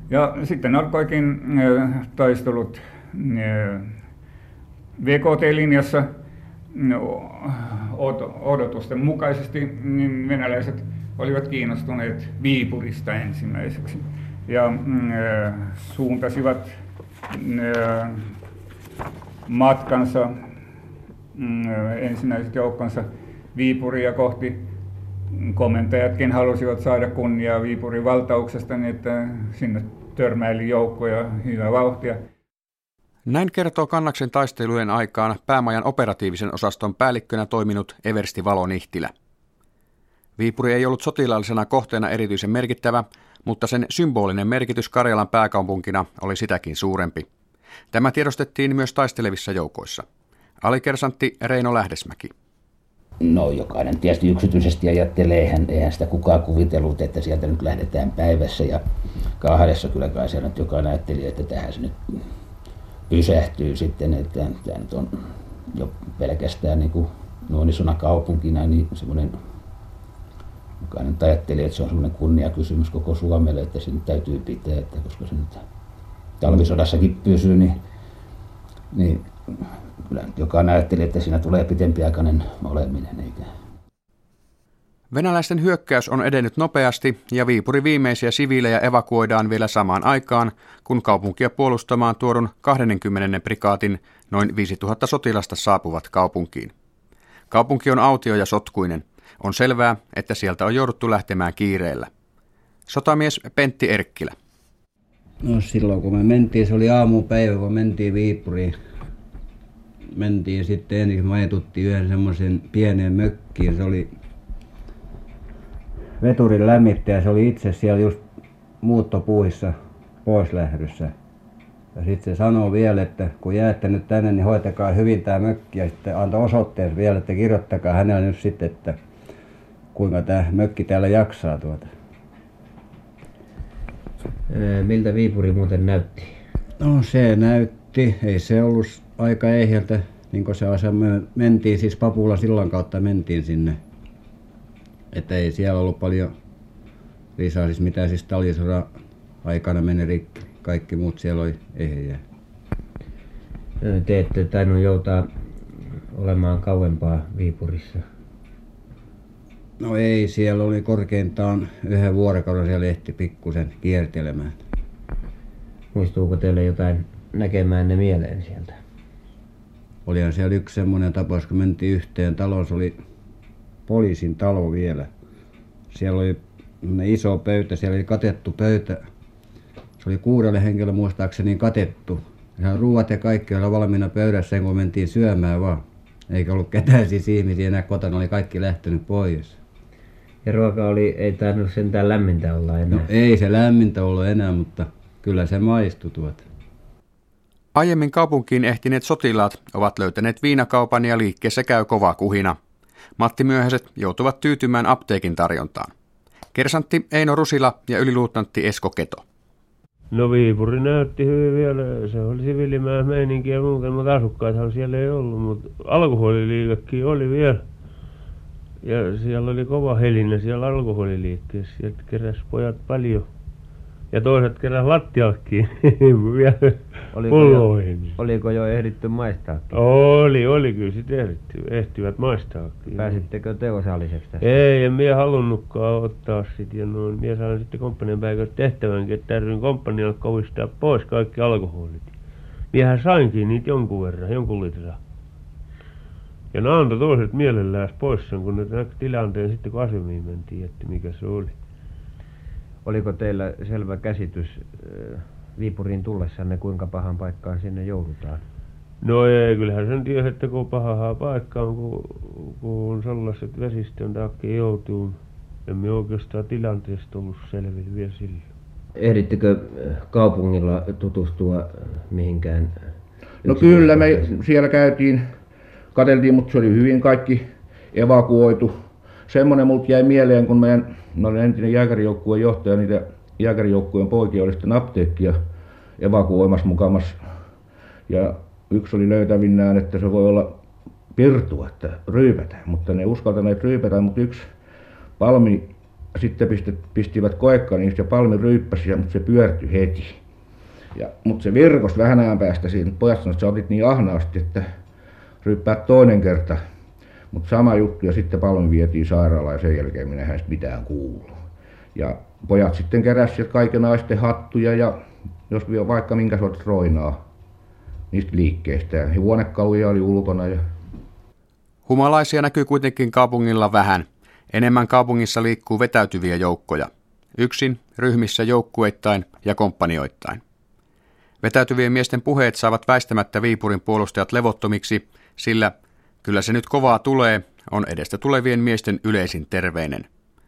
Ja sitten alkoikin taistelut VKT-linjassa odotusten mukaisesti, niin venäläiset olivat kiinnostuneet Viipurista ensimmäiseksi ja suuntasivat matkansa ensimmäiset joukkonsa Viipuria kohti. Komentajatkin halusivat saada kunniaa Viipurin valtauksesta, niin että sinne törmäili joukkoja hyvää vauhtia. Näin kertoo Kannaksen taistelujen aikaan päämajan operatiivisen osaston päällikkönä toiminut Eversti Valo-Nihtilä. Viipuri ei ollut sotilaallisena kohteena erityisen merkittävä, mutta sen symbolinen merkitys Karjalan pääkaupunkina oli sitäkin suurempi. Tämä tiedostettiin myös taistelevissa joukoissa. Alikersantti Reino Lähdesmäki. No jokainen tietysti yksityisesti ajattelee, eihän sitä kukaan kuvitellut, että sieltä nyt lähdetään päivässä ja kahdessa kyllä kai siellä nyt jokainen ajatteli, että tähän se nyt pysähtyy sitten, että tämä nyt on jo pelkästään niin kuin noin isona kaupunkina, niin semmoinen, jokainen ajatteli, että se on semmoinen kunniakysymys koko Suomelle, että se nyt täytyy pitää, että koska se nyt talvisodassakin pysyy, niin kyllä jokainen ajatteli, että siinä tulee pitempiaikainen oleminen, eikä. Venäläisten hyökkäys on edennyt nopeasti ja Viipurin viimeisiä siviilejä evakuoidaan vielä samaan aikaan, kun kaupunkia puolustamaan tuodun 20. prikaatin noin 5000 sotilasta saapuvat kaupunkiin. Kaupunki on autio ja sotkuinen. On selvää, että sieltä on jouduttu lähtemään kiireellä. Sotamies Pentti Erkkilä. No silloin kun me mentiin, se oli aamupäivä, kun mentiin Viipuriin. Mentiin sitten ensin majoituttiin yhden semmoisen pieneen mökkiin. Se oli veturin lämmittäjä, se oli itse siellä just muuttopuuhissa poislähdössä. Ja sitten se sanoi vielä, että kun jäätte nyt tänne, niin hoitakaa hyvin tämä mökki. Ja sitten antoi osoitteen vielä, että kirjoittakaa hänelle nyt sitten, että kuinka tämä mökki täällä jaksaa tuota. Miltä Viipuri muuten näytti? No se näytti, ei se ollut aika ehjältä, niin kuin se me mentiin, siis Papula sillan kautta mentiin sinne. Että ei siellä ollut paljon lisää, siis mitä siis talvisodan aikana meni rikki. Kaikki muut siellä oli ehjää. Te ette tainnut joutaa olemaan kauempaa Viipurissa. No ei, siellä oli korkeintaan yhden vuorokauden, siellä ehti pikkusen kiertelemään. Muistuuko teille jotain näkemäänne mieleen sieltä? Olihan siellä yksi semmoinen tapaus, kun mentiin yhteen taloon, se oli poliisin talo vielä. Siellä oli iso pöytä, siellä oli katettu pöytä. Se oli 6 henkilölle muistaakseni katettu. Ja ruuat ja kaikki oli valmiina pöydässä, kun mentiin syömään vaan. Eikä ollut ketään siis ihmisiä enää kotona, oli kaikki lähtenyt pois. Ja ruoka ei tainnut sentään lämmintä olla enää. No ei se lämmintä ollut enää, mutta kyllä se maistui tuota. Aiemmin kaupunkiin ehtineet sotilaat ovat löytäneet viinakaupan ja liikkeessä käy kova kuhina. Matti Myöhäiset joutuvat tyytymään apteekin tarjontaan. Kersantti Eino Rusila ja yliluutnantti Esko Keto. No Viipuri näytti hyvin vielä, se oli siviilimäinen meininki ja muuten, mutta asukkaathan siellä ei ollut, mutta alkoholiliikekin oli vielä. Ja siellä oli kova helinä siellä alkoholiliikkeessä, sieltä keräsi pojat paljon. Ja toiset keräsi lattiallekin vielä pulloihin. Oliko jo ehditty maistaakin? Oli kyllä sitten ehtivät maistaakin. Pääsittekö te osalliseksi tästä? Ei, en minä halunnutkaan ottaa sitä. Ja noin, minä sain sitten komppanian päivässä tehtävänkin, että täytyin komppanialle kovistaa pois kaikki alkoholit. Minähän sainkin niitä jonkun verran, jonkun litraa. Ja ne antoi toiset mielellään pois sen, kun ne näki tilanteen sitten, kun asemiin mentiin, että mikä se oli. Oliko teillä selvä käsitys Viipuriin tullessanne, kuinka pahan paikkaan sinne joudutaan? No ei, kyllähän sen tiesi, että kun pahaa paikkaan, kun sellaiset vesistön takia joutuu. Emme oikeastaan tilanteesta ollut selvillä vielä silloin. Ehdittekö kaupungilla tutustua mihinkään? No kyllä, me siellä käytiin, katseltiin, mutta se oli hyvin kaikki evakuoitu. Semmoinen multa jäi mieleen, kun mä olin entinen jääkärijoukkueen johtaja, niitä jääkärijoukkueen poikia oli sitten apteekkia evakuoimassa mukamassa. Ja yksi oli löytävinnään, että se voi olla pirtua, että ryypätään, mutta ne uskaltaneet ryypätä, mutta yksi Palmi sitten pistivät koekaniin ja palmi ryyppäsi, mutta se pyörtyi heti. Mutta se virkos vähän ajan päästä siinä. Pojat sanoivat, että sä otit niin ahnaasti, että ryyppää toinen kerta. Mutta sama juttu ja sitten palmi vietiin sairaalaan ja sen jälkeen minä eihän mitään kuullut. Ja pojat sitten keräsivät kaiken naisten hattuja ja jos vaikka minkä sortin roinaa niistä liikkeistä. Ja huonekaluja oli ulkona. Humalaisia näkyy kuitenkin kaupungilla vähän. Enemmän kaupungissa liikkuu vetäytyviä joukkoja. Yksin, ryhmissä, joukkueittain ja komppanioittain. Vetäytyvien miesten puheet saavat väistämättä Viipurin puolustajat levottomiksi, sillä kyllä se nyt kovaa tulee, on edestä tulevien miesten yleisin terveinen.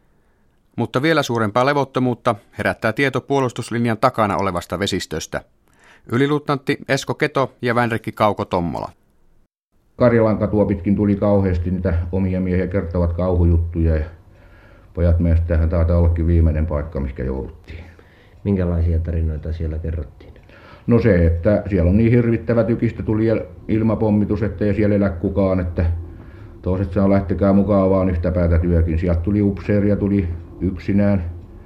Mutta vielä suurempaa levottomuutta herättää tieto puolustuslinjan takana olevasta vesistöstä. Yliluutnantti Esko Keto ja Vänrikki Kauko Tommola. Karjalan katua pitkin tuli kauheasti niitä omia miehiä kertovat kauhujuttuja ja pojat meistä tähän taitaa ollakin viimeinen paikka, mikä jouduttiin. Minkälaisia tarinoita siellä kerrottiin? No se, että siellä on niin hirvittävä tykistö, tuli ilmapommitus, ettei siellä elä kukaan, että toiset sanoo lähtekää mukaan vaan yhtä päätä työkin. Sieltä tuli upseeria, tuli yksinään.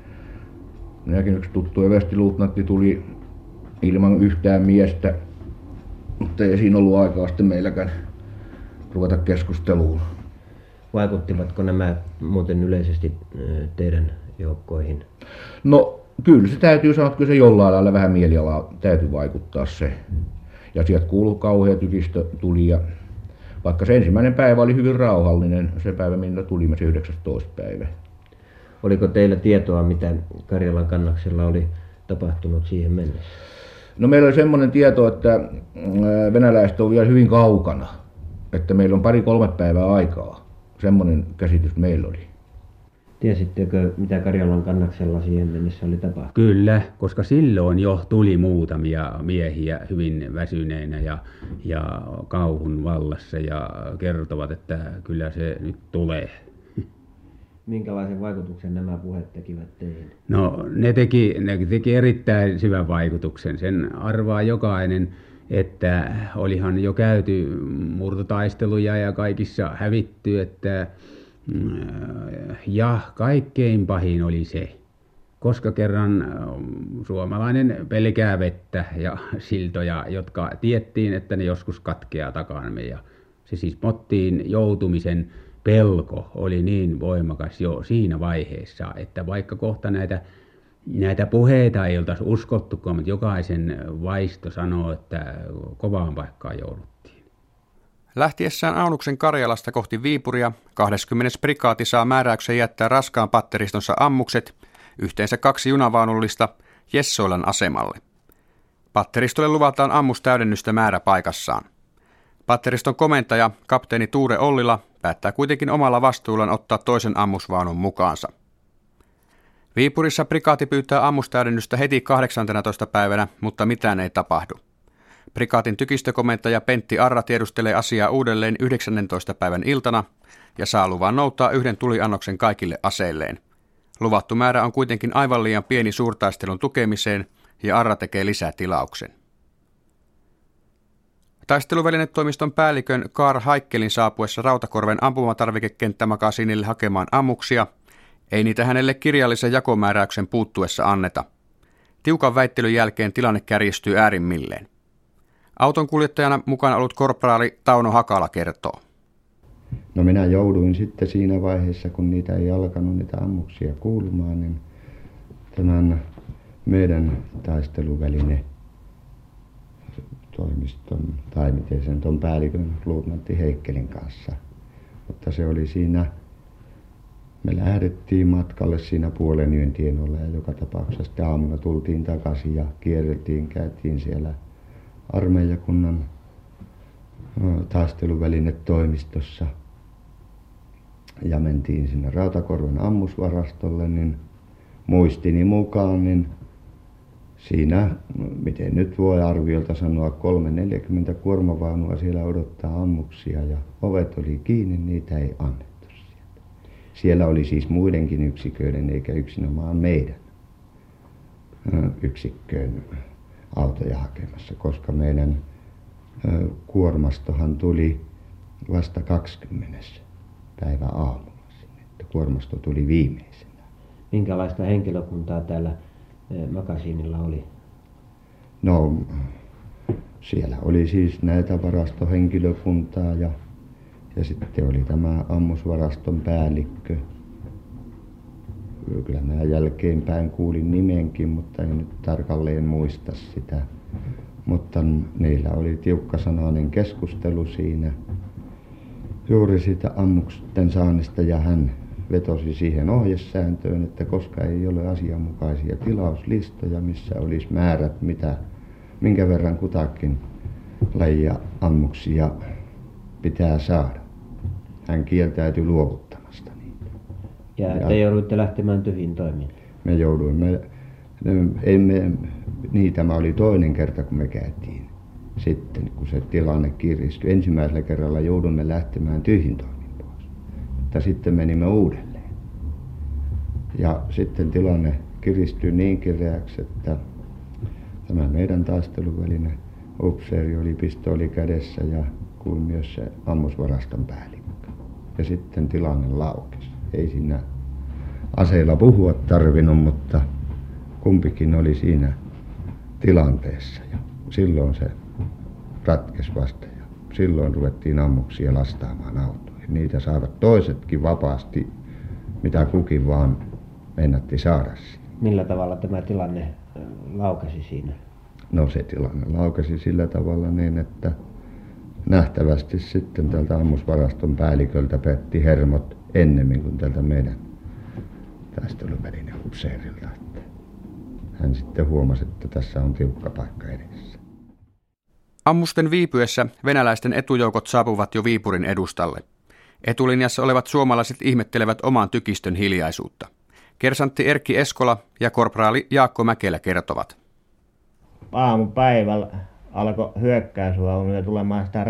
Minäkin yksi tuttu everstiluutnantti tuli ilman yhtään miestä, mutta ei siinä ollut aikaa sitten meilläkään ruveta keskusteluun. Vaikuttivatko nämä muuten yleisesti teidän joukkoihin? No kyllä se täytyy sanoa, että kyllä se jollain lailla vähän mielialaa täytyy vaikuttaa se. Ja sieltä kuului kauhea tykistö tuli ja vaikka se ensimmäinen päivä oli hyvin rauhallinen, se päivä millä tulimme se 19. päivä. Oliko teillä tietoa, mitä Karjalan kannaksella oli tapahtunut siihen mennessä? No meillä oli semmoinen tieto, että venäläiset on vielä hyvin kaukana, että meillä on 2-3 päivää aikaa. Semmoinen käsitys meillä oli. Tiesittekö, mitä Karjalan kannaksella siihen mennessä oli tapahtunut? Kyllä, koska silloin jo tuli muutamia miehiä hyvin väsyneinä ja kauhun vallassa ja kertovat, että kyllä se nyt tulee. Minkälaisen vaikutuksen nämä puheet tekivät teihin? No ne teki erittäin syvän vaikutuksen. Sen arvaa jokainen, että olihan jo käyty murtotaisteluja ja kaikissa hävitty, että ja kaikkein pahin oli se, koska kerran suomalainen pelkää vettä ja siltoja, jotka tiedettiin, että ne joskus katkeaa takanamme. Ja se siis mottiin joutumisen pelko oli niin voimakas jo siinä vaiheessa, että vaikka kohta näitä puheita ei oltaisi uskottukaan, mutta jokaisen vaisto sanoo, että kovaan paikkaan jouduttiin. Lähtiessään Aunuksen Karjalasta kohti Viipuria 20. prikaati saa määräyksen jättää raskaan patteristonsa ammukset, yhteensä 2 junavaunullista, Jessoilan asemalle. Patteristolle luvataan ammustäydennystä määräpaikassaan. Patteriston komentaja, kapteeni Tuure Ollila, päättää kuitenkin omalla vastuullaan ottaa toisen ammusvaunun mukaansa. Viipurissa prikaati pyytää ammustäydennystä heti 18. päivänä, mutta mitään ei tapahdu. Prikaatin tykistökomentaja Pentti Arra tiedustelee asiaa uudelleen 19. päivän iltana ja saa luvan noutaa 1 tuliannoksen kaikille aseilleen. Luvattu määrä on kuitenkin aivan liian pieni suurtaistelun tukemiseen ja Arra tekee lisätilauksen. Taisteluvälinetoimiston päällikön Kaar Haikkelin saapuessa Rautakorven ampumatarvikekenttämakasiinille hakemaan ammuksia ei niitä hänelle kirjallisen jakomääräyksen puuttuessa anneta. Tiukan väittelyn jälkeen tilanne kärjistyy äärimmilleen. Auton kuljettajana mukana ollut korporaali Tauno Hakala kertoo. No minä jouduin sitten siinä vaiheessa, kun niitä ei alkanut niitä ammuksia kuulumaan, niin tämän meidän taisteluväline toimiston, tai miten sen ton päällikön luutnantti Heikkelin kanssa. Mutta se oli siinä, me lähdettiin matkalle siinä puolen yön tienoilla ja joka tapauksessa sitten aamuna tultiin takaisin ja kierreltiin, käytiin siellä armeijakunnan taisteluvälinetoimistossa ja mentiin sinne Rautakorven ammusvarastolle, niin muistini mukaan, niin siinä, miten nyt voi arviolta sanoa, 340 kuormavaunua siellä odottaa ammuksia ja ovet oli kiinni, niitä ei annettu sieltä. Siellä oli siis muidenkin yksiköiden eikä yksinomaan meidän yksikköön autoja hakemassa, koska meidän kuormastohan tuli vasta 20. päivä aamulla sinne, että kuormasto tuli viimeisenä. Minkälaista henkilökuntaa täällä makasiinilla oli? No, siellä oli siis näitä varastohenkilökuntaa ja sitten oli tämä ammusvaraston päällikkö. Kyllä mä jälkeenpäin kuulin nimenkin, mutta en nyt tarkalleen muista sitä. Mutta niillä oli tiukkasanainen keskustelu siinä juuri siitä ammuksen saannista ja hän vetosi siihen ohjesääntöön, että koska ei ole asianmukaisia tilauslistoja, missä olisi määrät, minkä verran kutakin lajia ammuksia pitää saada. Hän kieltäytyi luovuttamasta niitä. Ja te jouduitte lähtemään tyhjin toimiin? Me jouduimme, tämä oli toinen kerta kun me käytiin sitten, kun se tilanne kiristyi. Ensimmäisellä kerralla joudumme lähtemään tyhjin toimin pois, mutta sitten menimme uudelleen. Ja sitten tilanne kiristyi niin kireäksi, että tämä meidän taisteluväline upseeri oli pistooli kädessä ja kuin myös se ammusvaraston päällikkö. Ja sitten tilanne laukesi. Ei siinä aseilla puhua tarvinnut, mutta kumpikin oli siinä tilanteessa. Ja silloin se ratkesi vasta ja silloin ruvettiin ammuksia lastaamaan autoihin. Niitä saivat toisetkin vapaasti, mitä kukin vaan mennätti saada siinä. Millä tavalla tämä tilanne laukesi siinä? No se tilanne laukesi sillä tavalla niin, että nähtävästi sitten tältä ammusvaraston päälliköltä petti hermot ennemmin kuin tältä meidän taisteluvälineen upseerilta. Hän sitten huomasi, että tässä on tiukka paikka edessä. Ammusten viipyessä venäläisten etujoukot saapuvat jo Viipurin edustalle. Etulinjassa olevat suomalaiset ihmettelevät oman tykistön hiljaisuutta. Kersantti Erkki Eskola ja korporaali Jaakko Mäkelä kertovat. Aamupäivällä alkoi hyökkäysvaunuja tulemaan sitä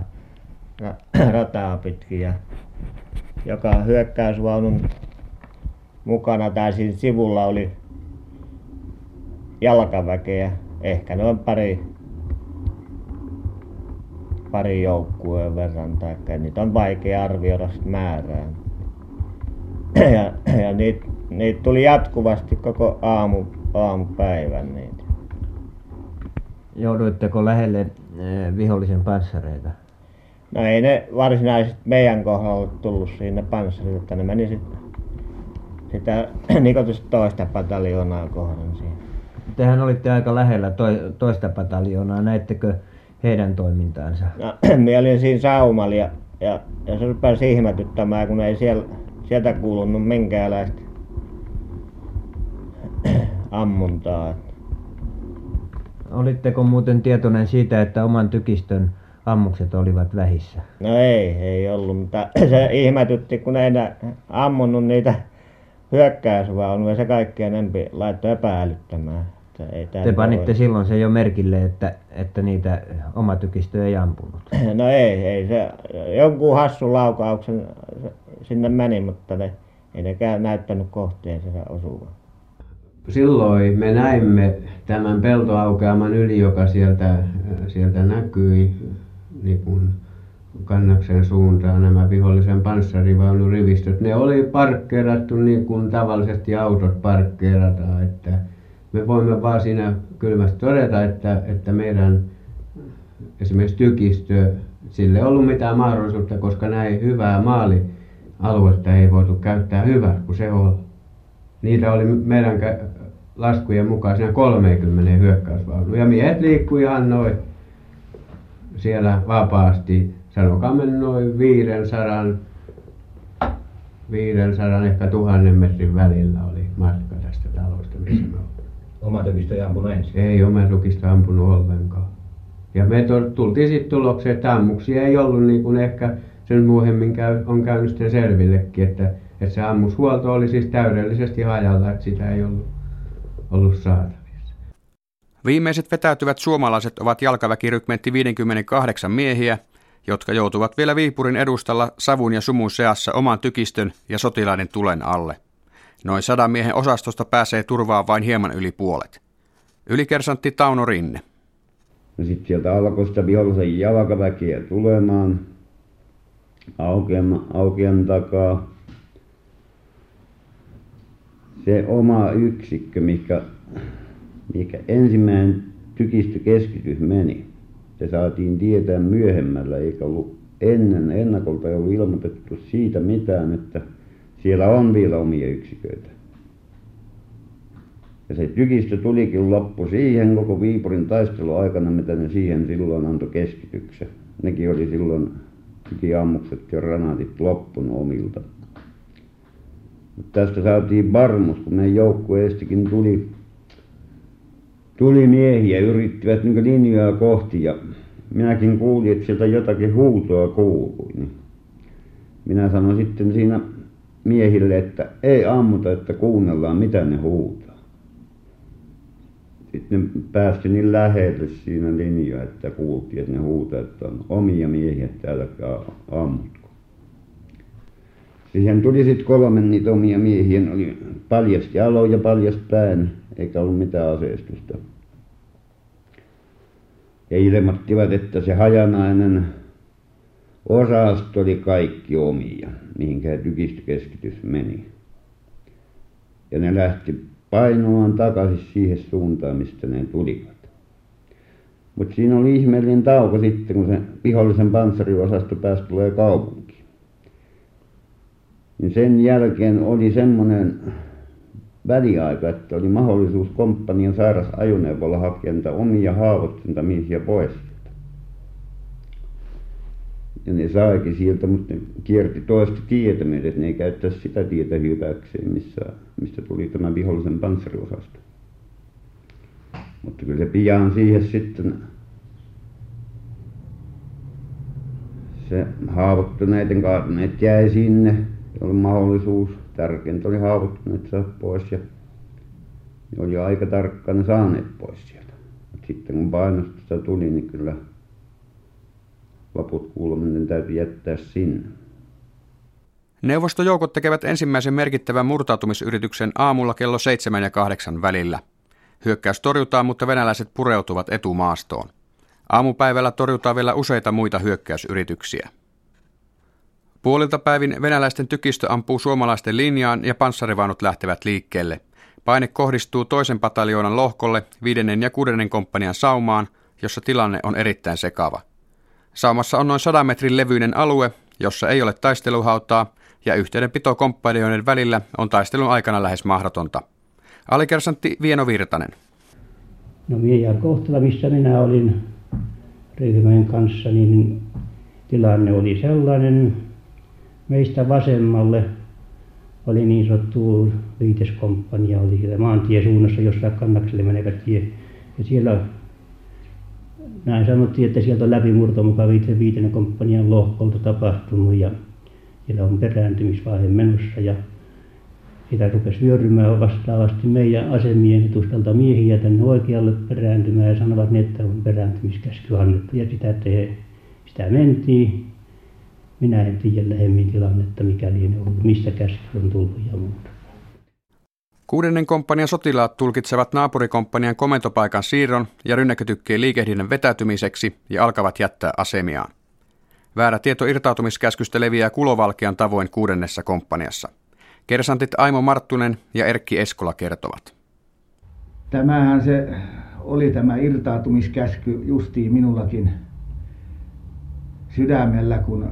rataa pitkin ja joka hyökkäysvaunun mukana tai siinä sivulla oli jalkaväkeä, ehkä noin pari joukkueen verran, tai niitä on vaikea arvioida määrää. Ja niitä tuli jatkuvasti koko aamupäivän niitä. Jouduitteko lähelle vihollisen panssareita? No ei ne varsinaisesti meidän kohdalla tullut siinä panssarit, että ne meni sitä Nikotusta toista pataljoonaa kohden siinä. Tehän olitte aika lähellä toista pataljoonaa. Näittekö heidän toimintaansa? No, minä olin siinä saumalla ja se rupesi ihmetyttämään, kun ei sieltä kuulunut minkäänlaista ammuntaa. Olitteko muuten tietoinen siitä, että oman tykistön ammukset olivat vähissä? No ei ollut, mutta se ihmetytti, kun ei ammunut niitä hyökkäysvaunuja, se kaikki enempi laittoi epäilyttämään. Te panitte silloin se jo merkille, että niitä oma tykistö ei ampunut? No ei se jonkun hassun laukauksen sinne meni, mutta ei nekään näyttänyt kohteeseen osuvan. Silloin me näimme tämän peltoaukeaman yli, joka sieltä näkyi niin kuin Kannaksen suuntaan, nämä vihollisen panssarivaunurivistöt. Ne oli parkkeerattu niin kuin tavallisesti autot parkkeerataan, että me voimme vaan siinä kylmästi todeta, että meidän esimerkiksi tykistö, sille ei ollut mitään mahdollisuutta, koska näin hyvää maalialuetta ei voitu käyttää hyvää kuin se oli. Niitä oli meidän laskujen mukaan siinä 30 hyökkäysvaunua. Ja miehet liikkui ihan noin siellä vapaasti. Sanokaamme noin 500 ehkä 1000 metrin välillä oli matka tästä talosta, missä me oltiin. Oma tykistö ei ampunut ensin? Ei oma tykistö ampunut ollenkaan. Ja me tultiin sitten tulokseen, että ammuksia ei ollut niin kuin ehkä sen myöhemmin on käynyt sitten selvillekin, että se ammushuolto oli siis täydellisesti hajalla, että sitä ei ollut saatavissa. Viimeiset vetäytyvät suomalaiset ovat jalkaväkirykmentti 58 miehiä, jotka joutuvat vielä Viipurin edustalla savun ja sumun seassa oman tykistön ja sotilaiden tulen alle. Noin 100 miehen osastosta pääsee turvaan vain hieman yli puolet. Ylikersantti Tauno Rinne. Sitten sieltä alkoi sitä vihollisen jalkaväkiä tulemaan aukean takaa. se oma yksikkö, mikä ensimmäinen tykistökeskitys meni, se saatiin tietää myöhemmällä, eikä ollut ennakolta ei ollut ilmoitettu siitä mitään, että siellä on vielä omia yksiköitä. Ja se tykistö tulikin loppu siihen koko Viipurin taistelun aikana, mitä ne siihen silloin antoi keskityksen. Nekin oli silloin tykiammukset ja granaatit loppunut omilta. Mutta tästä saatiin varmuus, kun meidän joukkueestakin tuli miehiä, yrittivät niin linjaa kohti ja minäkin kuulin, että sieltä jotakin huutoa kuului. Niin minä sanoin sitten siinä miehille, että ei ammuta, että kuunnellaan mitä ne huutaa. Sitten ne päästi niin lähelle siinä linjaa, että kuultiin, että ne huutaa, että on omia miehiä, että älkää ammutko. Siihen tuli sitten 3 niitä omia miehiä, ne oli paljasti jaloin ja paljasti päin, eikä ollut mitään aseistusta. Ja ilmoittivat, että se hajanainen osasto oli kaikki omia, mihinkä tykistökeskitys meni. Ja ne lähti painoaan takaisin siihen suuntaan, mistä ne tulivat. Mutta siinä oli ihmeellinen tauko sitten, kun se vihollisen panssariosasto pääsi tulee kaupunkiin. Niin sen jälkeen oli semmoinen väliaika, että oli mahdollisuus komppanian sairasajoneuvolla hakea niitä omia haavoittuntamisia pois sieltä. Ja ne saikin sieltä, mutta ne kierti toista tietä myöten, että ne ei käyttäisi sitä tietä hyväkseen, mistä tuli tämä vihollisen panssariosasto. Mutta kyllä se pian siihen sitten se haavoittuneiden kaatuneet jäi sinne. Oli mahdollisuus. Tärkeintä oli haavoittuneet saada pois ja ne oli aika tarkkaan ne saaneet pois sieltä. Mutta sitten kun painostusta tuli, niin kyllä loput kuuluminen täytyy jättää sinne. Neuvostojoukot tekevät ensimmäisen merkittävän murtautumisyrityksen aamulla kello 7 ja 8 välillä. Hyökkäys torjutaan, mutta venäläiset pureutuvat etumaastoon. Aamupäivällä torjutaan vielä useita muita hyökkäysyrityksiä. Puolilta päivin venäläisten tykistö ampuu suomalaisten linjaan ja panssarivaunut lähtevät liikkeelle. Paine kohdistuu 2. pataljoonan lohkolle 5. ja 6. komppanian saumaan, jossa tilanne on erittäin sekava. Saumassa on noin 100 metrin levyinen alue, jossa ei ole taisteluhautaa, ja yhteydenpito komppanioiden välillä on taistelun aikana lähes mahdotonta. Alikersantti Vieno Virtanen. No Viejan kohtala, missä minä olin ryhmän kanssa, niin tilanne oli sellainen. Meistä vasemmalle oli niin sanottu 5. komppania, oli siellä maantiesuunnassa, jossa Kannakselle menevä tie. Ja siellä näin sanottiin, että sieltä on läpimurto mukaan 5. komppanian lohkolta tapahtunut ja siellä on perääntymisvaihe menossa ja sitä rupesi vyörymään vastaavasti meidän asemien etustalta miehiä tänne oikealle perääntymään ja sanovat ne, että on perääntymiskäsky annettu ja sitä mentiin. Minä en tiedä lähemmin tilannetta, mikä lienee ollut, mistä käsky on tullut ja muuta. 6. komppanian sotilaat tulkitsevat naapurikomppanian komentopaikan siirron ja rynnäkkötykkien liikehdinnän vetäytymiseksi ja alkavat jättää asemiaan. Väärä tieto irtautumiskäskystä leviää kulovalkean tavoin 6. komppaniassa. Kersantit Aimo Marttunen ja Erkki Eskola kertovat. Tämähän se oli tämä irtautumiskäsky justiin minullakin sydämellä, kun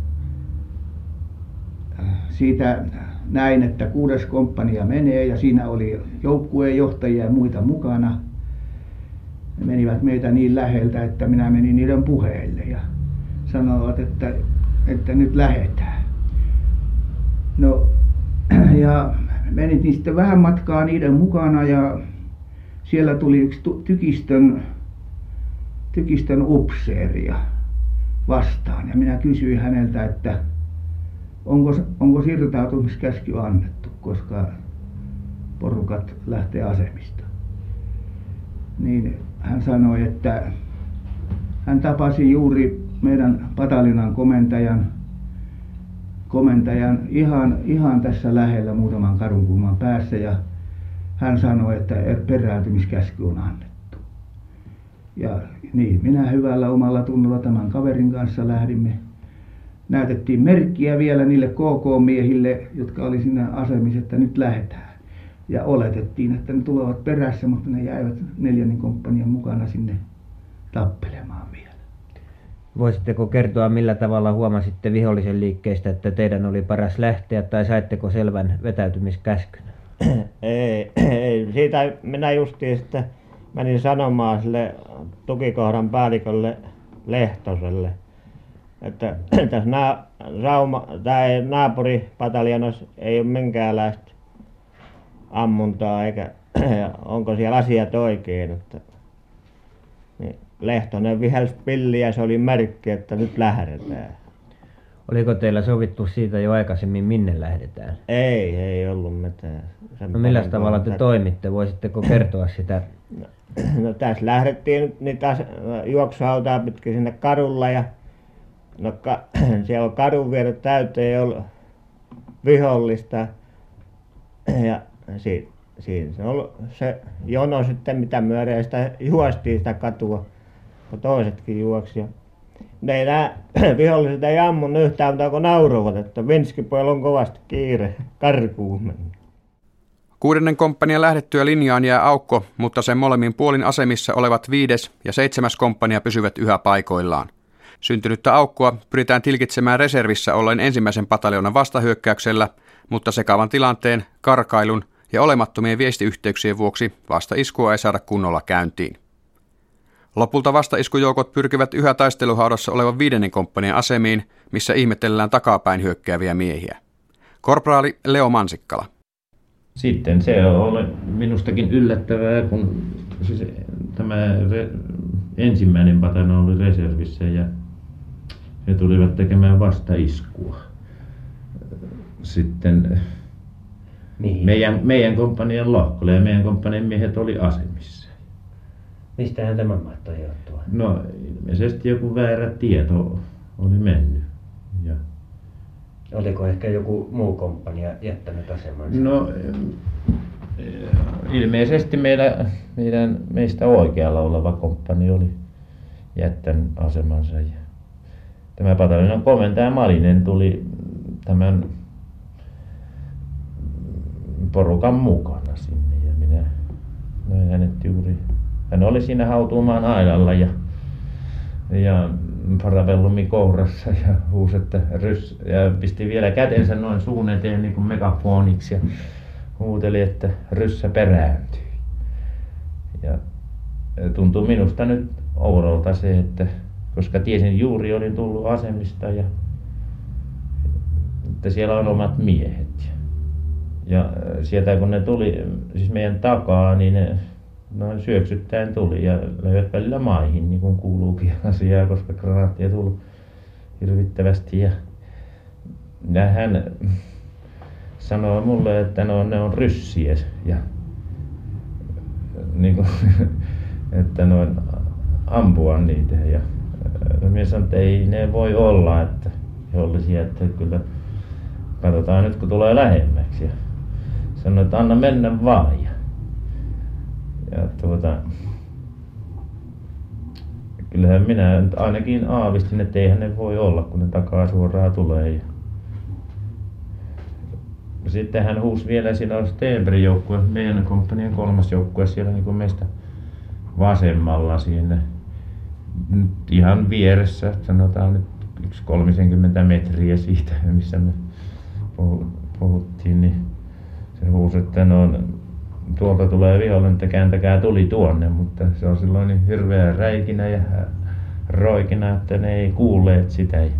siitä näin, että 6. komppania menee ja siinä oli joukkueenjohtajia ja muita mukana. Ne menivät meitä niin läheltä, että minä menin niiden puheille ja sanoivat, että nyt lähdetään. No ja menin sitten vähän matkaa niiden mukana ja siellä tuli yksi tykistön upseeria vastaan ja minä kysyin häneltä, että onko irtautumiskäsky annettu, koska porukat lähtee asemista. Niin hän sanoi, että hän tapasi juuri meidän pataljonan komentajan ihan tässä lähellä muutaman kadunkulman päässä ja hän sanoi, että perääntymiskäsky on annettu. Ja niin, minä hyvällä omalla tunnolla tämän kaverin kanssa lähdimme. Näytettiin merkkiä vielä niille KK-miehille, jotka oli siinä asemissa, että nyt lähdetään. Ja oletettiin, että ne tulevat perässä, mutta ne jäivät 4. komppanian mukana sinne tappelemaan vielä. Voisitteko kertoa, millä tavalla huomasitte vihollisen liikkeistä, että teidän oli paras lähteä, tai saitteko selvän vetäytymiskäskyn? Ei. Siitä minä justiin sitten menin sanomaan sille tukikohdan päällikölle Lehtoselle, että tässä naapuripataljoonassa ei ole minkäänlaista ammuntaa eikä onko siellä asiat oikein. Että, niin Lehtonen vihelsi pilliä ja se oli merkki, että nyt lähdetään. Oliko teillä sovittu siitä jo aikaisemmin, minne lähdetään? Ei ollut mitään. No millä tavalla te toimitte? Voisitteko kertoa sitä? No tässä lähdettiin nyt niitä juoksuhautaa pitkin sinne kadulla ja siellä on kadun vieret täyteen ollut vihollista ja siinä se on se jono sitten mitä myöden sitä juostiin sitä katua, kun toisetkin juoksi. Ne nämä viholliset ei ammunut yhtään, mutta kun nauroivat, että Vinskipojalla on kovasti kiire karkuun mennä. 6. komppanian lähdettyä linjaan jää aukko, mutta sen molemmin puolin asemissa olevat 5. ja 7. komppania pysyvät yhä paikoillaan. Syntynyttä aukkoa pyritään tilkitsemään reservissä ollen 1. pataljoonan vastahyökkäyksellä, mutta sekavan tilanteen, karkailun ja olemattomien viestiyhteyksien vuoksi vastaiskua ei saada kunnolla käyntiin. Lopulta vastaiskujoukot pyrkivät yhä taisteluhaudassa olevan 5. komppanian asemiin, missä ihmetellään takapäin hyökkääviä miehiä. Korporaali Leo Mansikkala. Sitten se oli minustakin yllättävää, kun siis tämä ensimmäinen pataljona oli reservissä ja he tulivat tekemään vastaiskua. Sitten meidän komppanian lohkolle ja meidän komppanian miehet oli asemissa. Mistähän tämä mahtoi johtua? No ilmeisesti joku väärä tieto oli mennyt. Ja oliko ehkä joku muu komppania jättänyt asemansa? No ilmeisesti meistä oikealla oleva komppani oli jättänyt asemansa. Ja tämä pataljonan komentaja Malinen tuli tämän porukan mukana sinne ja minä näin hänet juuri. Hän oli siinä hautuumaan aidalla ja parabellumi kourassa ja huusi, että ja pisti vielä kätensä noin suun eteen niin kuin megafoniksi ja huuteli, että ryssä perääntyi. Ja tuntui minusta nyt oudolta se, että koska tiesin juuri olin tullut asemista ja että siellä on omat miehet. Ja sieltä kun ne tuli siis meidän takaa, niin ne noin syöksyttäen tuli ja löivät välillä maihin, niin kuin kuuluukin asiaa, koska granaattia tullut hirvittävästi. Ja hän sanoi mulle, että ne on ryssiä ja niin kuin, että noin ampua niitä. Ja minä sanoin, että ei ne voi olla, että vihollisia, että kyllä katsotaan nyt kun tulee lähemmäksi. Ja sanoi, että anna mennä vaan. Ja kyllähän minä ainakin aavistin, että eihän ne voi olla, kun ne takaa suoraan tulee. Ja sitten hän huusi vielä, siinä on Stenbergin joukkue, meidän komppanian 3. joukkue siellä niin kuin meistä vasemmalla siinä ihan vieressä, sanotaan nyt 30 metriä siitä, missä me puhuttiin, niin se huusi, että tuolta tulee vihollinen, että kääntäkää tuli tuonne, mutta se on silloin niin hirveä räikinä ja roikina, että ne ei kuulleet sitä. Ja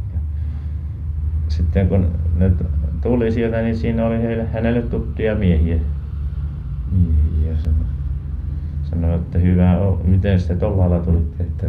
sitten kun ne tuli sieltä, niin siinä oli hänelle tuttuja miehiä. Ja sanoi, että hyvä, miten sitten tuolla lailla tulitte, että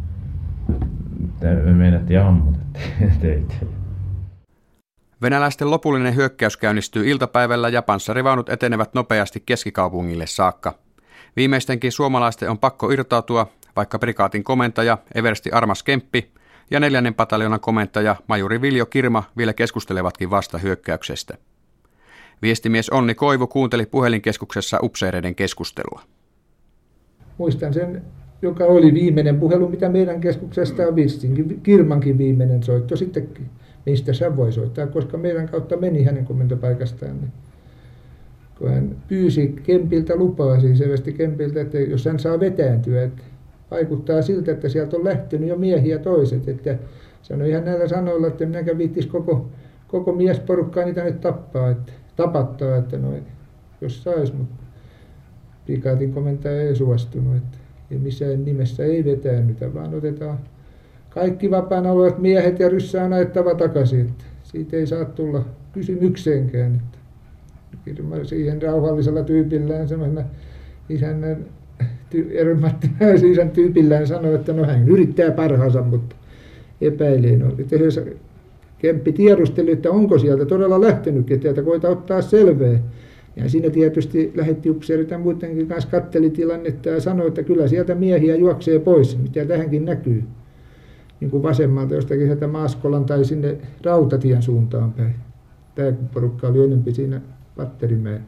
me meinattiin ammut teitä. Venäläisten lopullinen hyökkäys käynnistyy iltapäivällä ja panssarivaunut etenevät nopeasti keskikaupungille saakka. Viimeistenkin suomalaisten on pakko irtautua, vaikka prikaatin komentaja eversti Armas Kemppi ja 4. pataljonan komentaja majuri Viljo Kirma vielä keskustelevatkin vasta hyökkäyksestä. Viestimies Onni Koivu kuunteli puhelinkeskuksessa upseereiden keskustelua. Muistan sen, joka oli viimeinen puhelu, mitä meidän keskuksesta on vissinkin. Kirmankin viimeinen soitto sittenkin. Mistä sä voi soittaa, koska meidän kautta meni hänen komentopaikastaan. Niin kun hän pyysi Kempiltä lupaa, siis Eversti Kempiltä, että jos hän saa vetääntyä, että vaikuttaa siltä, että sieltä on lähtenyt jo miehiä toiset, että sanoi ihan näillä sanoilla, että minäkään viittis koko miesporukkaa niitä nyt tapattaa, että noin, jos sais, mutta prikaatin komentaja ei suostunut, että missään nimessä ei vetäännytä, vaan otetaan kaikki vapaana olevat miehet ja ryssä on ajettava takaisin, että siitä ei saa tulla kysymykseenkään, että siihen rauhallisella tyypillään semmoisena isännän Matti Väyrysen tyypillään sanoi, että no hän yrittää parhaansa, mutta epäilee. No, Kemppi tiedusteli, että onko sieltä todella lähtenyt ketään, että koita ottaa selvää. Ja siinä tietysti lähetti upseerit ja muidenkin kanssa katteli tilannetta ja sanoi, että kyllä sieltä miehiä juoksee pois, mitä tähänkin näkyy. Niin kuin vasemmalta jostakin sieltä Maaskolan tai sinne Rautatien suuntaan päin. Tämä porukka oli enemmän siinä Patterimäen.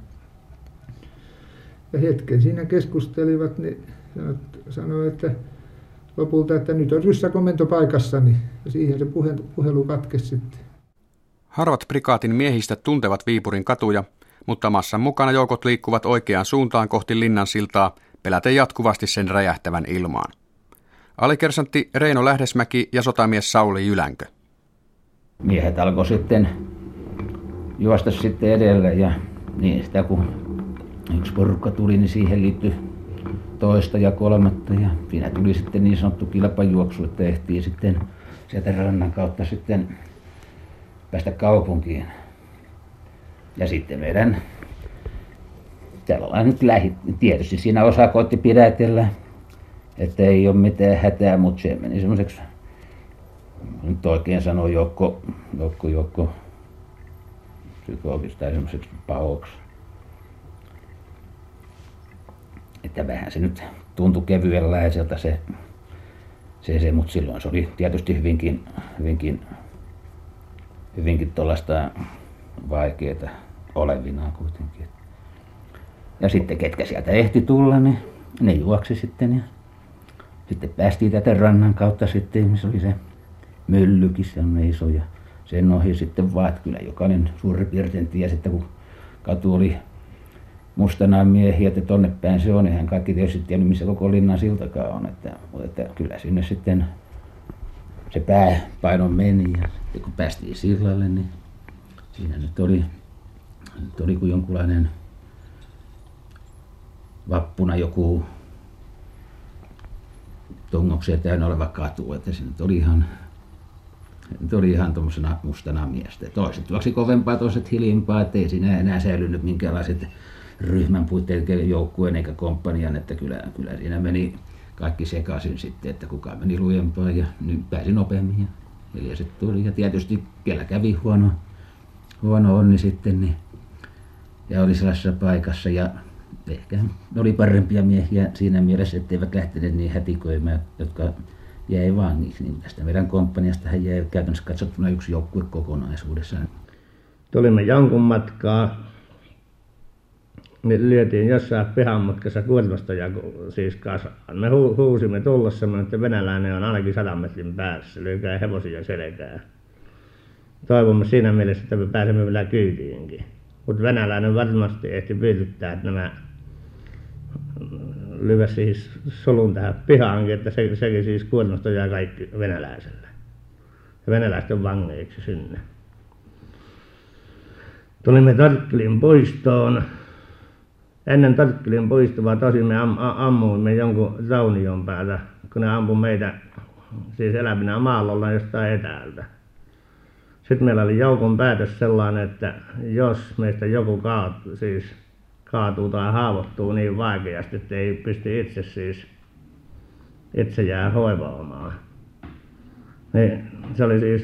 Ja hetken siinä keskustelivat, niin sanoi, että lopulta, että nyt on ryssäkomento paikassani. Ja siihen se puhelu katkesi sitten. Harvat prikaatin miehistä tuntevat Viipurin katuja, mutta massan mukana joukot liikkuvat oikeaan suuntaan kohti Linnansiltaa, peläten jatkuvasti sen räjähtävän ilmaan. Alikersantti Reino Lähdesmäki ja sotamies Sauli Jylänkö. Miehet alkoi sitten juosta sitten edelle ja niin sitä kun yksi porukka tuli, niin siihen liittyi toista ja kolmatta ja siinä tuli sitten niin sanottu kilpajuoksu, että ehtii sitten sieltä rannan kautta sitten päästä kaupunkiin. Ja sitten meidän tällainen nyt tietysti siinä osa koitti pidätellä, että ei ole mitään hätää, mutta se meni semmoiseksi, nyt oikein sanoo joukko psykologista tai semmoiseksi pahoksi. Että vähän se nyt tuntui kevyenläiseltä se, mutta silloin se oli tietysti hyvinkin tuollaista vaikeaa olevinaan kuitenkin. Ja sitten ketkä sieltä ehti tulla, niin ne juoksi sitten ja sitten päästiin tätä rannan kautta sitten, missä oli se myllykin, se on iso ja sen ohi sitten vaan, että kyllä jokainen suurin piirtein tiesi, että kun katu oli mustanaan miehiä, että tonne päin se on, eihän kaikki tietysti tiennyt, missä koko Linnan siltakaan on, että kyllä sinne sitten se pääpaino meni ja sitten kun päästiin sillalle, niin siinä nyt oli kuin jonkunlainen vappuna joku tongoksia täynnä oleva katu, että se nyt oli ihan tuommoisena mustana miestä. Toiset juoksi kovempaa, toiset hiljempaa, ettei siinä enää säilynyt minkälaiset ryhmän puitteet joukkueen eikä komppanian, että kyllä siinä meni kaikki sekaisin sitten, että kuka meni lujempaa ja nyt pääsi nopeammin ja hiljaiset tuli. Ja tietysti kellä kävi huono onni sitten niin, ja oli sellaisessa paikassa ja ehkä oli parempia miehiä siinä mielessä, etteivät lähteneet niin hätikoimaan, jotka jäi vangiksi. Niin tästä meidän komppaniastahan jäi käytännössä katsottuna yksi joukkue kokonaisuudessaan. Tulimme jonkun matkaa. Me lyötiin jossain pihan matkassa kuormastoja siis kasaan. Me huusimme tullessamme, että venäläinen on ainakin 100 metrin päässä. Lyökää hevosia selkään. Toivomme siinä mielessä, että me pääsemme vielä kyytiinkin. Mutta venäläinen varmasti ehti pyydyttää, että nämä lyödä siis solun tähän pihaankin, että sekin siis kuormasto jää kaikki venäläiselle. Ja venäläisten vangeiksi sinne. Tulimme Tarkkilin puistoon. Ennen Tarkkilin puistoa tosin me ammuimme jonkun raunion päällä, kun ne ampui meitä siis elävinä maalla jostain etäältä. Sitten meillä oli joukon päätös sellainen, että jos meistä joku kaatuu tai haavoittuu niin vaikeasti, että ei pysty itse jää hoivaamaan. Niin se oli siis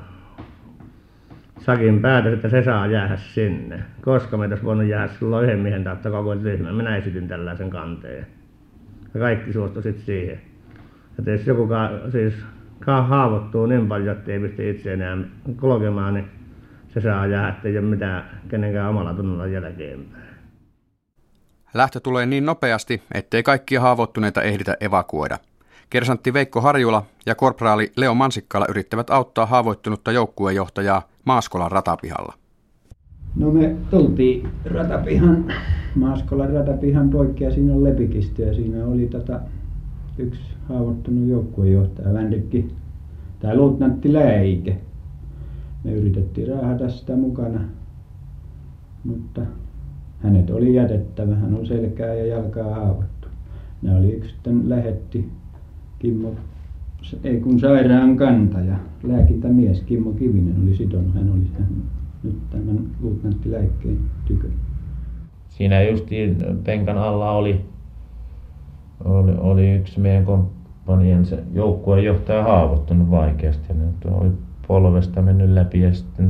Sakin päätös, että se saa jäädä sinne. Koska meitä olisi voinut jäädä silloin yhden miehen tautta koko ryhmän. Minä esitin tällaisen kanteen. Ja kaikki suostui sitten siihen. Että jos joku haavoittuu niin paljon, että ei pysty itse enää kulkemaan, niin se saa jäädä, ettei ole mitään kenenkään omalla tunnolla jälkeenpäin. Lähtö tulee niin nopeasti, ettei kaikkia haavoittuneita ehditä evakuoida. Kersantti Veikko Harjula ja korporaali Leo Mansikkala yrittävät auttaa haavoittunutta joukkuejohtajaa Maaskolan ratapihalla. No me tultiin ratapihan, Maaskolan ratapihan poikki ja siinä on lepikistö ja siinä oli yksi haavoittunut joukkuejohtaja Vänrikki tai luutnantti Läike. Me yritettiin raahata sitä mukana, mutta hänet oli jätettävä. Hän on selkää ja jalkaa haavoittu. Ne oli yksi sitten lähetti Kimmo, ei kun sairaankantaja, lääkintämies Kimmo Kivinen oli sitonut. Hän oli nyt tämän luutnantti Läikkeen tykö. Siinä justiin penkan alla oli yksi meidän komppanian se joukkuejohtaja haavoittunut vaikeasti. Ja ne oli polvesta mennyt läpi ja sitten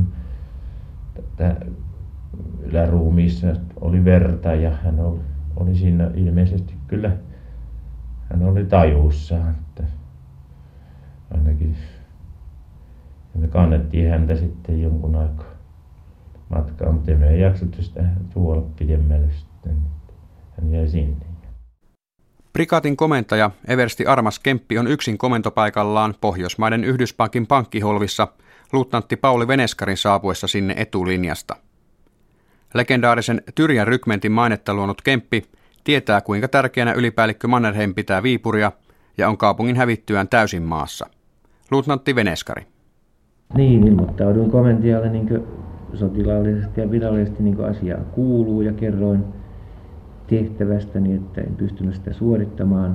yläruumiissa oli verta ja hän oli siinä ilmeisesti kyllä, hän oli tajuussaan. Että ainakin ja me kannettiin häntä sitten jonkun aikaa matkaa, mutta emme jaksattu sitä tuolla pidemmälle sitten. Hän jäi sinne. Prikaatin komentaja eversti Armas Kemppi on yksin komentopaikallaan Pohjoismaiden Yhdyspankin pankkiholvissa luutnantti Pauli Veneskarin saapuessa sinne etulinjasta. Legendaarisen Tyrjän rykmentin mainetta luonut Kemppi tietää, kuinka tärkeänä ylipäällikkö Mannerheim pitää Viipuria ja on kaupungin hävittyään täysin maassa. Luutnantti Veneskari. Niin, ilmoittauduin komentajalle niin sotilaallisesti ja virallisesti niin asiaa kuuluu ja kerroin tehtävästäni, että en pystynyt sitä suorittamaan.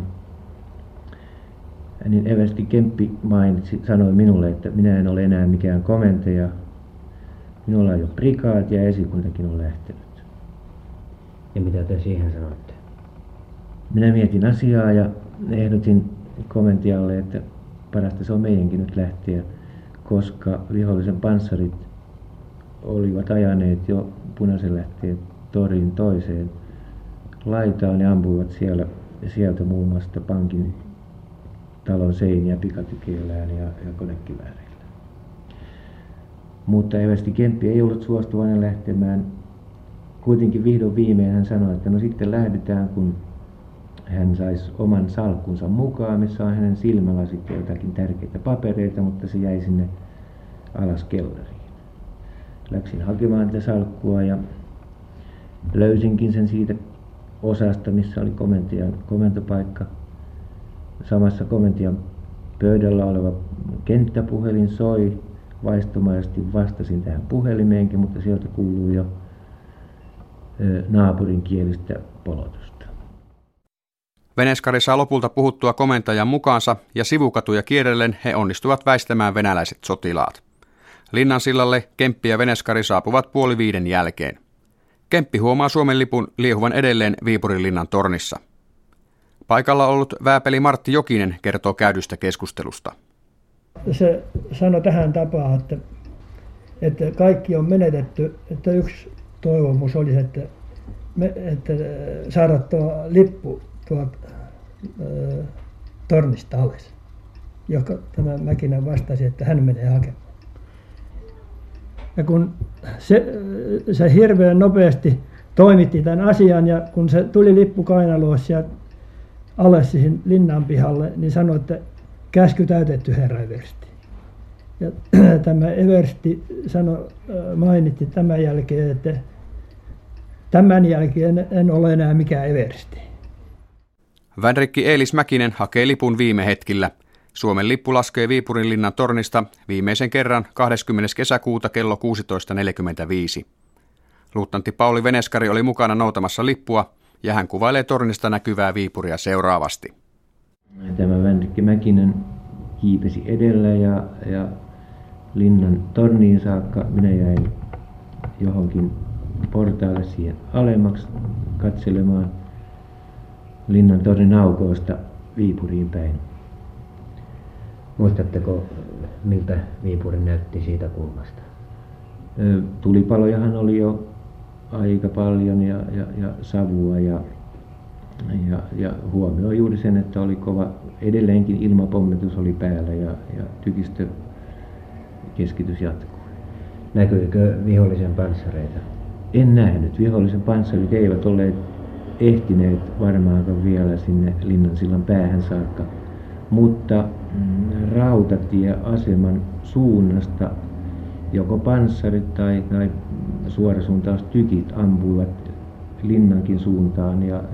Niin eversti Kemppi sanoi minulle, että minä en ole enää mikään komentaja. Minulla on jo prikaati ja esikuntakin on lähtenyt. Ja mitä te siihen sanoitte? Minä mietin asiaa ja ehdotin komentajalle, että parasta se on meidänkin nyt lähteä, koska vihollisen panssarit olivat ajaneet jo Punaisen Lähteen torin toiseen laitaan ja ampuivat sieltä muun muassa pankin talon seiniä pikatykeillään ja konekivääreillä. Mutta eversti Kemppi ei ollut suostuvainen lähtemään. Kuitenkin vihdoin viimein hän sanoi, että no sitten lähdetään, kun hän saisi oman salkkunsa mukaan, missä on hänen silmälasit ja jotakin tärkeitä papereita, mutta se jäi sinne alas kellariin. Läksin hakemaan tätä salkkua ja löysinkin sen siitä osasta, missä oli komentajan komentopaikka. Samassa komentajan pöydällä oleva kenttäpuhelin soi. Vaistomaisesti vastasin tähän puhelimeenkin, mutta sieltä kuuluu jo naapurin kielistä polotusta. Veneskari saa lopulta puhuttua komentajan mukaansa ja sivukatuja kierrellen he onnistuvat väistämään venäläiset sotilaat. Linnansillalle Kemppi ja Veneskari saapuvat 4:30 jälkeen. Kemppi huomaa Suomen lipun liehuvan edelleen Viipurin linnan tornissa. Paikalla ollut vääpeli Martti Jokinen kertoo käydystä keskustelusta. Se sanoi tähän tapaan, että kaikki on menetetty, että yksi toivomus olisi, että saada tuo lippu tuolta tornista alas, joka tämä Mäkinen vastasi, että hän menee hakemaan. Ja kun se hirveän nopeasti toimitti tämän asian ja kun se tuli lippu kainalossa sieltä alas siihen linnan pihalle, niin sanoi, että käsky täytetty herra eversti. Ja tämä eversti mainitti tämän jälkeen, että tämän jälkeen en ole enää mikään eversti. Vänrikki Eelis Mäkinen hakee lipun viime hetkillä. Suomen lippu laskee Viipurin linnan tornista viimeisen kerran 20. kesäkuuta kello 16.45. Luutnantti Pauli Veneskari oli mukana noutamassa lippua ja hän kuvailee tornista näkyvää Viipuria seuraavasti. Tämä Vänrikki Mäkinen kiipesi edellä ja linnan torniin saakka. Minä jäin johonkin portaalle siihen alemmaksi katselemaan linnan tornin aukoista Viipuriin päin. Muistatteko, miltä Viipuri näytti siitä kulmasta? Tulipalojahan oli jo aika paljon ja savua ja huomioi juuri sen, että oli kova, edelleenkin ilmapommitus oli päällä ja tykistökeskitys jatkuu. Näkyykö vihollisen panssareita? En nähnyt. Vihollisen panssarit eivät olleet ehtineet varmaankaan vielä sinne Linnansillan päähän saakka, mutta rautatieaseman suunnasta joko panssarit tai suorasuuntaustykit ampuivat linnankin suuntaan ja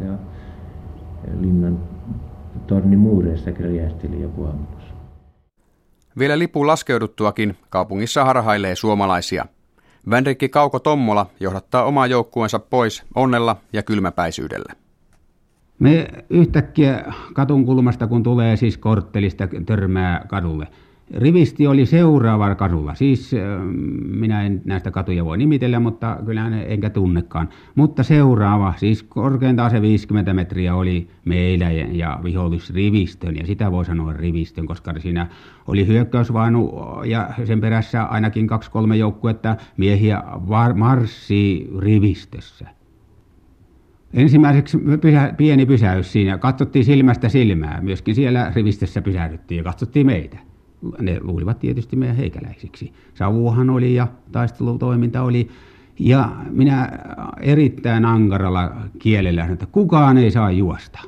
linnan tornimuureissa räjähteli joku ammus. Vielä lipun laskeuduttuakin kaupungissa harhailee suomalaisia. Vänrikki Kauko Tommola johdattaa omaa joukkueensa pois onnella ja kylmäpäisyydellä. Me yhtäkkiä katun kulmasta, kun tulee siis korttelista, törmää kadulle. Rivisti oli seuraava kadulla. Siis minä en näistä katuja voi nimitellä, mutta kyllä enkä tunnekaan. Mutta seuraava, siis korkeintaan se 50 metriä oli meillä ja vihollisrivistön. Ja sitä voi sanoa rivistön, koska siinä oli hyökkäysvaunu ja sen perässä ainakin 2-3 joukkuetta miehiä marssii rivistössä. Ensimmäiseksi pieni pysäys siinä. Katsottiin silmästä silmää. Myöskin siellä rivistössä pysähdyttiin ja katsottiin meitä. Ne luulivat tietysti meidän heikäläisiksi. Savuhan oli ja taistelutoiminta oli. Ja minä erittäin ankaralla kielellä sanoin, että kukaan ei saa juosta.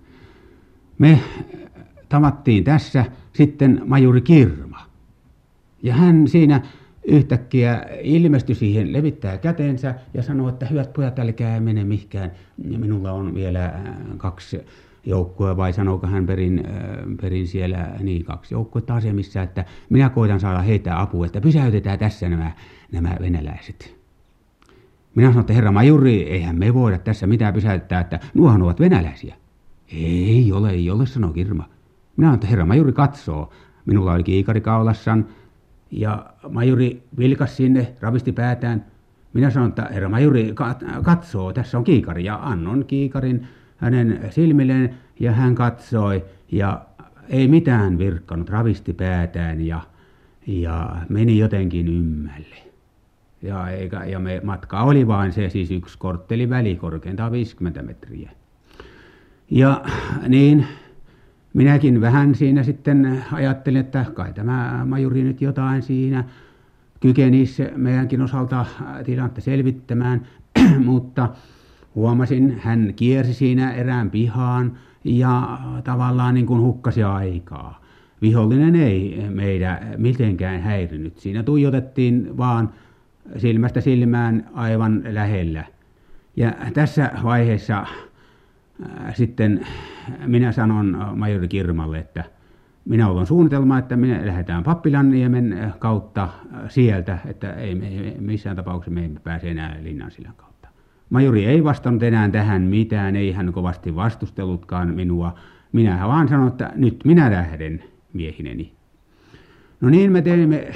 Me tavattiin tässä sitten majuri Kirma. Ja hän siinä yhtäkkiä ilmestyi siihen, levittää kätensä ja sanoi, että hyvät pojat, älkää mene mihinkään. Minulla on vielä 2 joukkoa, vai sanoiko hän perin siellä 2 joukkoa asemissa, että minä koitan saada heitä apua, että pysäytetään tässä nämä venäläiset. Minä sanoin, että herra majuri, eihän me voida tässä mitään pysäyttää, että nuohan ovat venäläisiä. Ei ole, sanoi Kirma. Minä sanoin, että herra majuri katsoo. Minulla oli kiikari kaulassan ja majuri vilkas sinne, ravisti päätään. Minä sanoin, että herra majuri katsoo, tässä on kiikari, ja annon kiikarin hänen silmilleen ja hän katsoi ja ei mitään virkkanut, ravisti päätään ja meni jotenkin ymmälle. Ja me matka oli vain se, siis 1 korttelin väli, korkeintaan 50 metriä. Ja niin minäkin vähän siinä sitten ajattelin, että kai tämä majuri nyt jotain siinä kykenisi meidänkin osalta tilannetta selvittämään, mutta huomasin, hän kiersi siinä erään pihaan ja tavallaan niin kuin hukkasi aikaa. Vihollinen ei meitä mitenkään häirinyt. Siinä tuijotettiin vaan silmästä silmään aivan lähellä. Ja tässä vaiheessa sitten minä sanon majori Kirmalle, että minä olen suunnitelma, että me lähdetään Pappilanniemen kautta sieltä, että ei missään tapauksessa me emme pääse enää Linnansillan kautta. Majuri ei vastannut enää tähän mitään, ei hän kovasti vastustellutkaan minua. Minä vaan sanoin, että nyt minä lähden miehineni. No niin, me teimme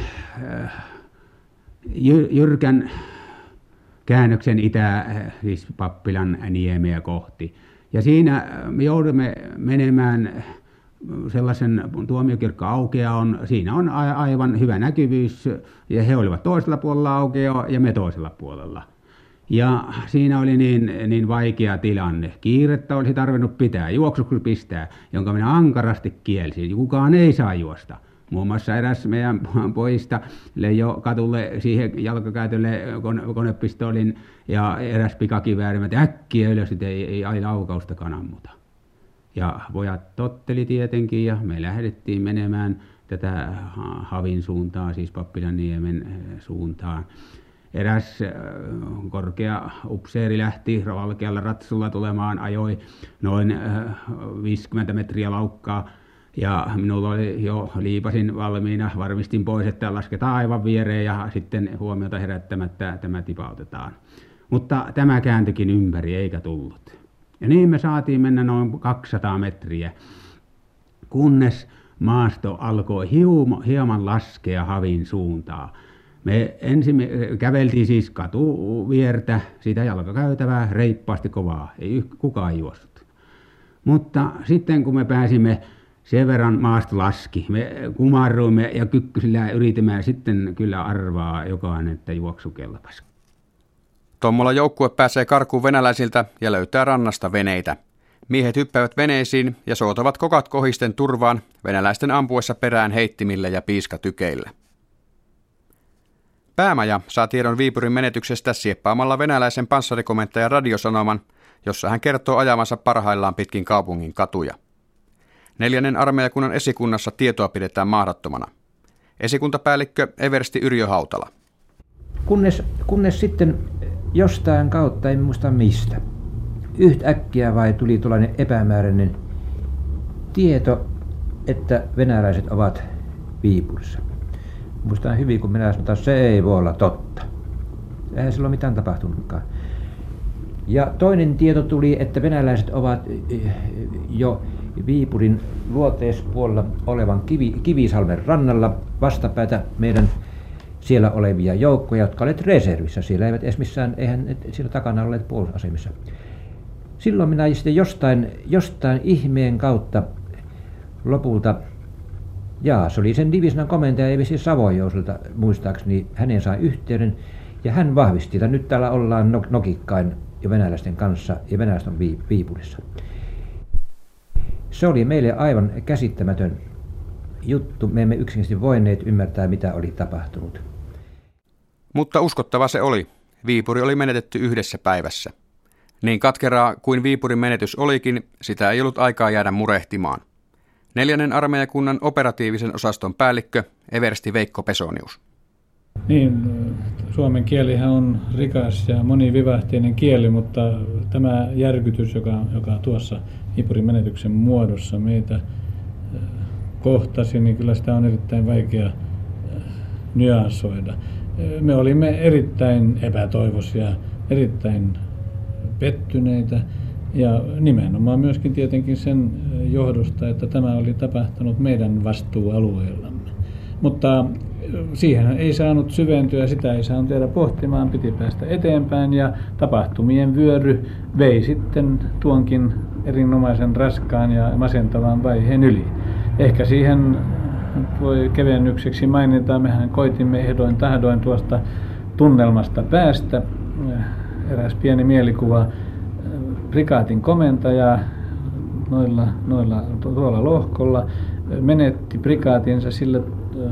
jyrkän käännöksen siis Pappilanniemeä kohti. Ja siinä me joudumme menemään sellaisen tuomiokirkko aukeaon. Siinä on aivan hyvä näkyvyys ja he olivat toisella puolella aukeaa ja me toisella puolella. Ja siinä oli niin vaikea tilanne. Kiirettä olisi tarvinnut pitää, juoksuksi pistää, jonka minä ankarasti kielsin. Kukaan ei saa juosta. Muun muassa eräs meidän pojista leijoi katulle siihen jalkakäytölle konepistoolin ja eräs pikakivääri, että äkkiä ylös, että ei laukaustakaan ammuta. Ja pojat totteli tietenkin ja me lähdettiin menemään tätä Havin suuntaan, siis Pappilanniemen suuntaan. Eräs korkea upseeri lähti valkealla ratsulla tulemaan, ajoi noin 50 metriä laukkaa. Ja minulla oli jo liipasin valmiina, varmistin pois, että lasketaan aivan viereen ja sitten huomiota herättämättä tämä tipautetaan. Mutta tämä kääntyikin ympäri eikä tullut. Ja niin me saatiin mennä noin 200 metriä, kunnes maasto alkoi hieman laskea Havin suuntaan. Me ensin käveltiin siis katuviertä, sitä jalkakäytävää, reippaasti kovaa, ei kukaan juossut. Mutta sitten kun me pääsimme, sen verran maasto laski, me kumarruimme ja kykkysillä yritimme sitten kyllä arvaa jokainen, että juoksu kelpasi. Tommola joukkue pääsee karkuun venäläisiltä ja löytää rannasta veneitä. Miehet hyppäävät veneisiin ja soutavat kokat kohisten turvaan venäläisten ampuessa perään heittimillä ja piiskatykeillä. Päämaja saa tiedon Viipurin menetyksestä sieppaamalla venäläisen panssarikomentajan radiosanoman, jossa hän kertoo ajamansa parhaillaan pitkin kaupungin katuja. 4. armeijakunnan esikunnassa tietoa pidetään mahdottomana. Esikuntapäällikkö Eversti Yrjö Hautala. Kunnes sitten jostain kautta, en muista mistä, yhtäkkiä vai tuli tuollainen epämääräinen tieto, että venäläiset ovat Viipurissa. Muistan hyvin, kun minä sanoin, että se ei voi olla totta. Eihän sillä ole mitään tapahtunutkaan. Ja toinen tieto tuli, että venäläiset ovat jo Viipurin luoteispuolella olevan Kivisalmen rannalla vastapäätä meidän siellä olevia joukkoja, jotka olivat reservissä. Siellä eivät edes missään, eihän siellä takana olleet puolustusasemissa. Silloin minä sitten jostain ihmeen kautta lopulta, se oli sen divisionan komentaja Evesi Savojouselta muistaakseni, hänen sai yhteyden ja hän vahvisti, että nyt täällä ollaan nokikkain jo venäläisten kanssa ja venäläiset on Viipurissa. Se oli meille aivan käsittämätön juttu. Me emme yksinkertaisesti voineet ymmärtää, mitä oli tapahtunut. Mutta uskottava se oli. Viipuri oli menetetty yhdessä päivässä. Niin katkeraa kuin Viipurin menetys olikin, sitä ei ollut aikaa jäädä murehtimaan. 4. armeijakunnan operatiivisen osaston päällikkö eversti Veikko Pesonius. Niin, suomen kielihän on rikas ja monivivahteinen kieli, mutta tämä järkytys, joka tuossa Viipurin menetyksen muodossa meitä kohtasi, niin kyllä sitä on erittäin vaikea nyansoida. Me olimme erittäin epätoivoisia, erittäin pettyneitä ja nimenomaan myöskin tietenkin sen johdosta, että tämä oli tapahtunut meidän vastuualueellamme. Mutta siihen ei saanut syventyä, sitä ei saanut jäädä pohtimaan, piti päästä eteenpäin ja tapahtumien vyöry vei sitten tuonkin erinomaisen raskaan ja masentavan vaiheen yli. Ehkä siihen voi kevennykseksi mainita, mehän koitimme ehdoin tahdoin tuosta tunnelmasta päästä. Eräs pieni mielikuva, prikaatin komentaja tuolla lohkolla menetti prikaatinsa, sillä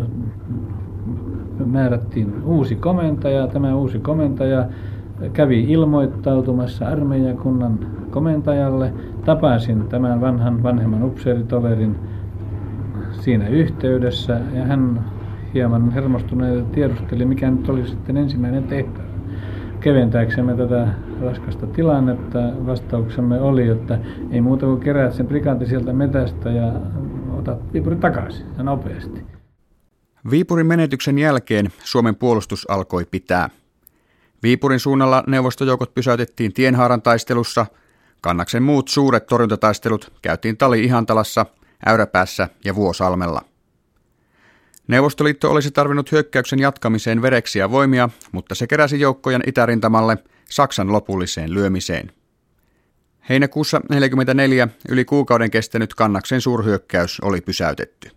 määrättiin uusi komentaja. Tämä uusi komentaja kävi ilmoittautumassa armeijakunnan komentajalle. Tapasin tämän vanhemman upseeritoverin siinä yhteydessä ja hän hieman hermostuneena tiedusteli, mikä nyt oli sitten ensimmäinen tehtävä. Keventääksemme tätä raskasta tilannetta vastauksemme oli, että ei muuta kuin keräät sen prikaati sieltä metästä ja otat Viipurin takaisin ja nopeasti. Viipurin menetyksen jälkeen Suomen puolustus alkoi pitää. Viipurin suunnalla neuvostojoukot pysäytettiin Tienhaaran taistelussa, Kannaksen muut suuret torjuntataistelut käytiin Tali-Ihantalassa, Äyräpäässä ja Vuosalmella. Neuvostoliitto olisi tarvinnut hyökkäyksen jatkamiseen vereksiä voimia, mutta se keräsi joukkojen itärintamalle Saksan lopulliseen lyömiseen. Heinäkuussa 1944 yli kuukauden kestänyt Kannaksen suurhyökkäys oli pysäytetty.